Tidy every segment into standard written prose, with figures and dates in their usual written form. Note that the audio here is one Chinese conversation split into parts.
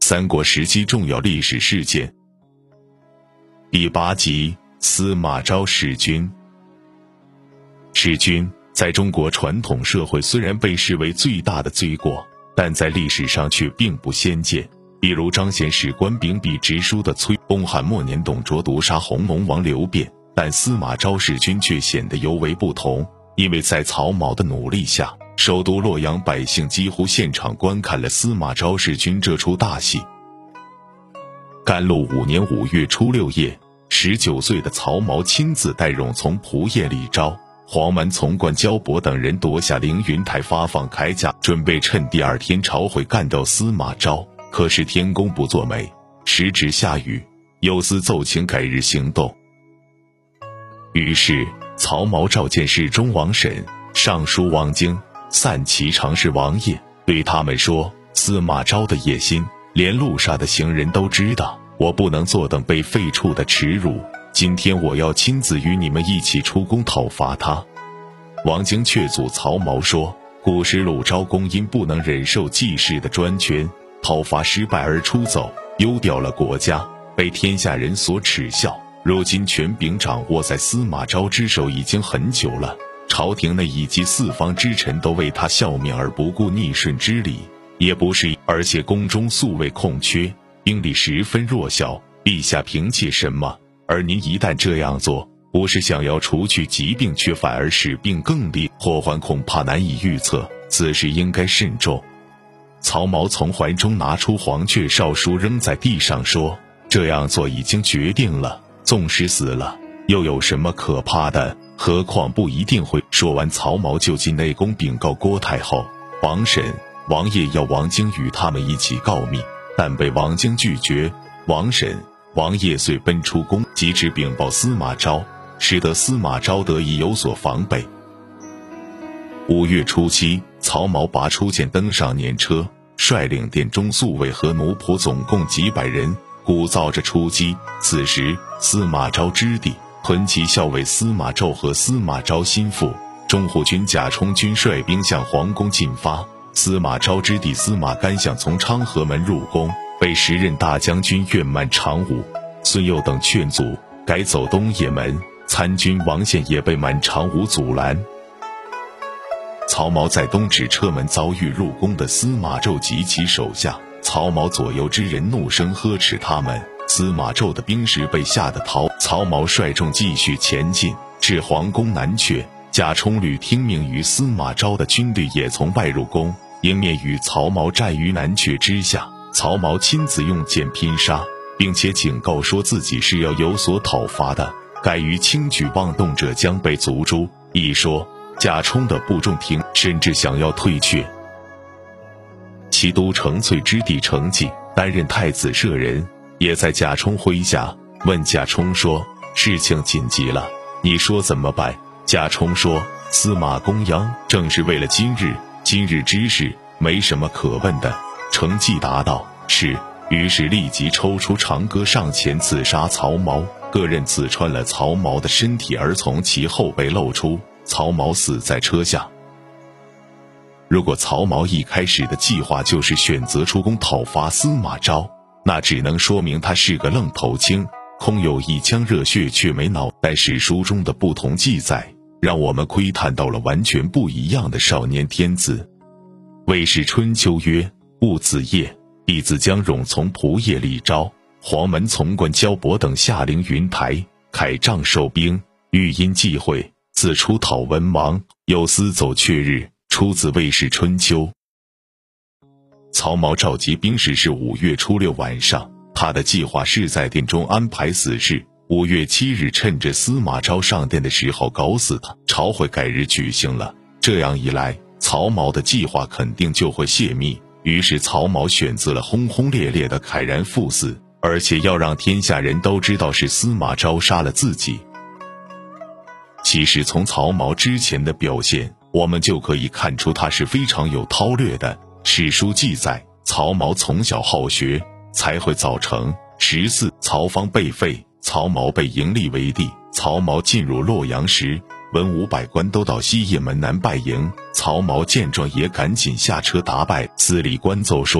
三国时期重要历史事件。第8集司马昭弑君。弑君在中国传统社会虽然被视为最大的罪过，但在历史上却并不鲜见。比如彰显史官秉笔直书的东汉末年董卓毒杀弘农王刘辩，但司马昭弑君却显得尤为不同，因为在曹髦的努力下，首都洛阳百姓几乎现场观看了司马昭弑君这出大戏。甘露5年5月初6夜，19岁的曹髦亲自带冗从仆射李昭、黄门从官焦伯等人夺下凌云台，发放铠甲，准备趁第二天朝会干掉司马昭。可是天公不作美，时值下雨，有司奏请改日行动。于是曹髦召见侍中王审、尚书王经、散骑常侍王业，对他们说：司马昭的野心，连路上的行人都知道，我不能坐等被废黜的耻辱。今天我要亲自与你们一起出宫讨伐他。王经却阻曹髦说：古时鲁昭公因不能忍受季氏的专权，讨伐失败而出走，丢掉了国家，被天下人所耻笑。如今权柄掌握在司马昭之手已经很久了，朝廷内以及四方之臣都为他效命而不顾逆顺之理，也不是。而且宫中素未空缺，兵力十分弱小，陛下凭借什么？而您一旦这样做，不是想要除去疾病，却反而使病更厉，祸患恐怕难以预测，此事应该慎重。曹髦从怀中拿出黄阙诏书扔在地上，说：这样做已经决定了，纵使死了又有什么可怕的？何况不一定会。说完，曹髦就进内宫禀告郭太后。王审、王业要王经与他们一起告密，但被王经拒绝。王审、王业遂奔出宫，及时禀报司马昭，使得司马昭得以有所防备。5月初7，曹髦拔出剑登上辇车，率领殿中宿卫和奴仆总共几百人，鼓噪着出击。此时司马昭之弟屯骑校尉司马昭和司马昭心腹中护军贾充均率兵向皇宫进发。司马昭之弟司马干想从昌河门入宫，被时任大将军苑满常武、孙佑等劝阻，改走东掖门。参军王宪也被满常武阻拦。曹髦在东指车门遭遇入宫的司马昭及其手下，曹髦左右之人怒声呵斥他们。司马昭的兵士被吓得逃，曹髦率众继续前进，至皇宫南阙。贾充屡听命于司马昭的军队也从外入宫，迎面与曹髦战于南阙之下。曹髦亲自用剑拼杀，并且警告说自己是要有所讨伐的，敢于轻举妄动者将被族诛。一说贾充的部众听，甚至想要退却。齐都承璁之弟承继担任太子舍人，也在贾充麾下，问贾充说：事情紧急了，你说怎么办？贾充说：司马公央正是为了今日之事，没什么可问的。承继答道：是。于是立即抽出长戈上前刺杀曹髦，各刃刺穿了曹髦的身体，而从其后背露出，曹髦死在车下。如果曹髦一开始的计划就是选择出宫讨伐司马昭，那只能说明他是个愣头青，空有一腔热血却没脑。但史书中的不同记载，让我们窥探到了完全不一样的少年天资。魏氏春秋曰：戊子夜，弟子将冗从仆射李昭、黄门从官焦伯等下凌云台，铠杖受兵，欲因忌讳，自出讨文王，有司走阙日，出自魏氏春秋。曹髦召集兵士是5月初6晚上，他的计划是在殿中安排死事，5月7日趁着司马昭上殿的时候搞死他。朝会改日举行了，这样一来，曹髦的计划肯定就会泄密。于是曹髦选择了轰轰烈烈的慨然赴死，而且要让天下人都知道是司马昭杀了自己。其实从曹髦之前的表现，我们就可以看出他是非常有韬略的。史书记载，曹髦从小好学，才会早成。14，曹芳被废，曹髦被迎立为帝。曹髦进入洛阳时，文武百官都到西掖门南拜迎。曹髦见状也赶紧下车答拜。司礼官奏说：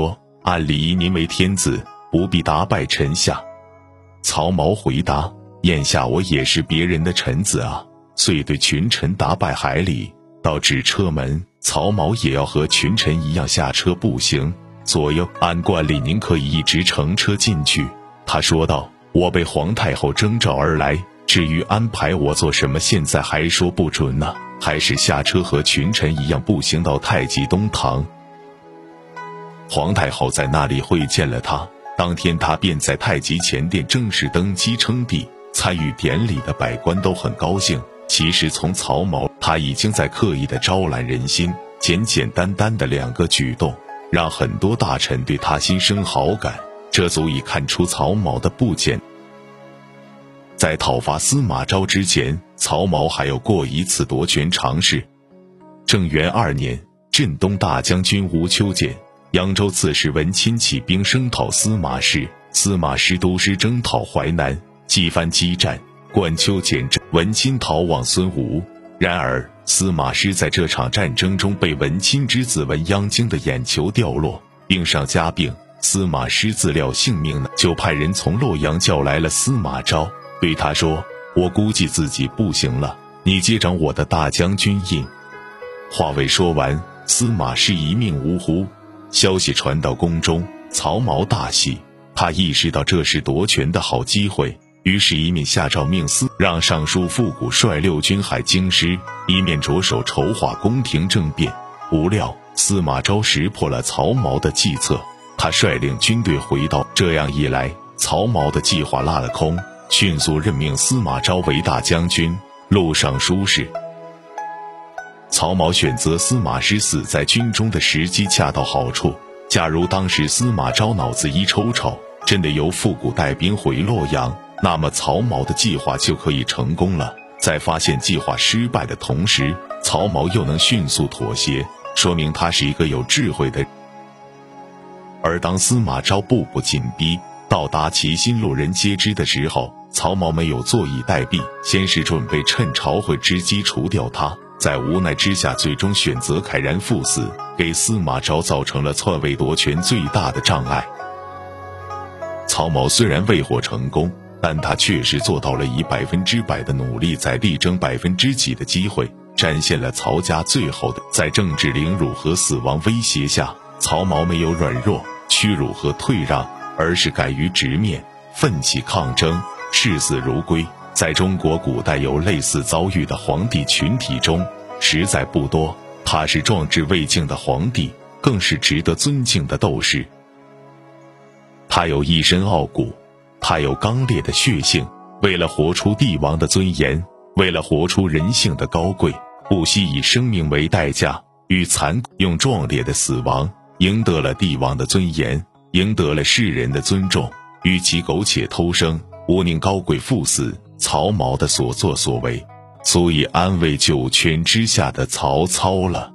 按礼仪您为天子，不必打败臣下。曹髦回答，眼下我也是别人的臣子啊，遂对群臣打拜海礼。到至车门，曹髦也要和群臣一样下车步行。左右按惯例您可以一直乘车进去。他说道，我被皇太后征召而来，至于安排我做什么，现在还说不准呢，还是下车和群臣一样步行到太极东堂。皇太后在那里会见了他，当天他便在太极前殿正式登基称帝。参与典礼的百官都很高兴，其实从曹髦他已经在刻意的招揽人心，简简单单的2个举动让很多大臣对他心生好感，这足以看出曹髦的不简。在讨伐司马昭之前，曹髦还有过一次夺权尝试。正元2年，镇东大将军吴秋俭、扬州刺史文钦起兵声讨司马师，司马师督师征讨淮南，几番激战，冠秋俭阵，文钦逃往孙吴。然而司马师在这场战争中被文钦之子文鸯惊的眼球掉落，病上加病。司马师自料性命呢，就派人从洛阳叫来了司马昭，对他说，我估计自己不行了，你接掌我的大将军印。话未说完，司马师一命呜呼。消息传到宫中，曹髦大喜，他意识到这是夺权的好机会，于是一面下诏命让尚书复古率6军海京师，一面着手筹划宫廷政变。不料司马昭识破了曹髦的计策，他率领军队回到，这样一来，曹髦的计划落了空，迅速任命司马昭为大将军、录尚书事。曹髦选择司马师死在军中的时机恰到好处，假如当时司马昭脑子一抽抽，真的由复古带兵回洛阳，那么曹髦的计划就可以成功了。在发现计划失败的同时，曹髦又能迅速妥协，说明他是一个有智慧的人。而当司马昭步步紧逼，到达其心路人皆知的时候，曹髦没有坐以待毙，先是准备趁朝会之机除掉他，在无奈之下最终选择慨然赴死，给司马昭造成了篡位夺权最大的障碍。曹髦虽然未获成功，但他确实做到了以100%的努力，在力争几% 的机会，展现了曹家最后的。在政治凌辱和死亡威胁下，曹髦没有软弱、屈辱和退让，而是敢于直面，奋起抗争，视死如归。在中国古代有类似遭遇的皇帝群体中实在不多，他是壮志未尽的皇帝，更是值得尊敬的斗士。他有一身傲骨，他有刚烈的血性，为了活出帝王的尊严，为了活出人性的高贵，不惜以生命为代价，与残酷用壮烈的死亡赢得了帝王的尊严，赢得了世人的尊重。与其苟且偷生，无宁高贵赴死。曹髦的所作所为，足以安慰9泉之下的曹操了。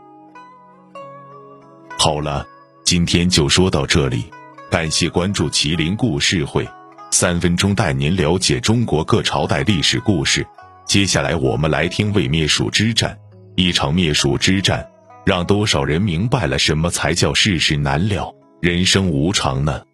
好了，今天就说到这里，感谢关注麒麟故事会，3分钟带您了解中国各朝代历史故事。接下来我们来听魏灭蜀之战。一场灭蜀之战，让多少人明白了什么才叫世事难料，人生无常呢？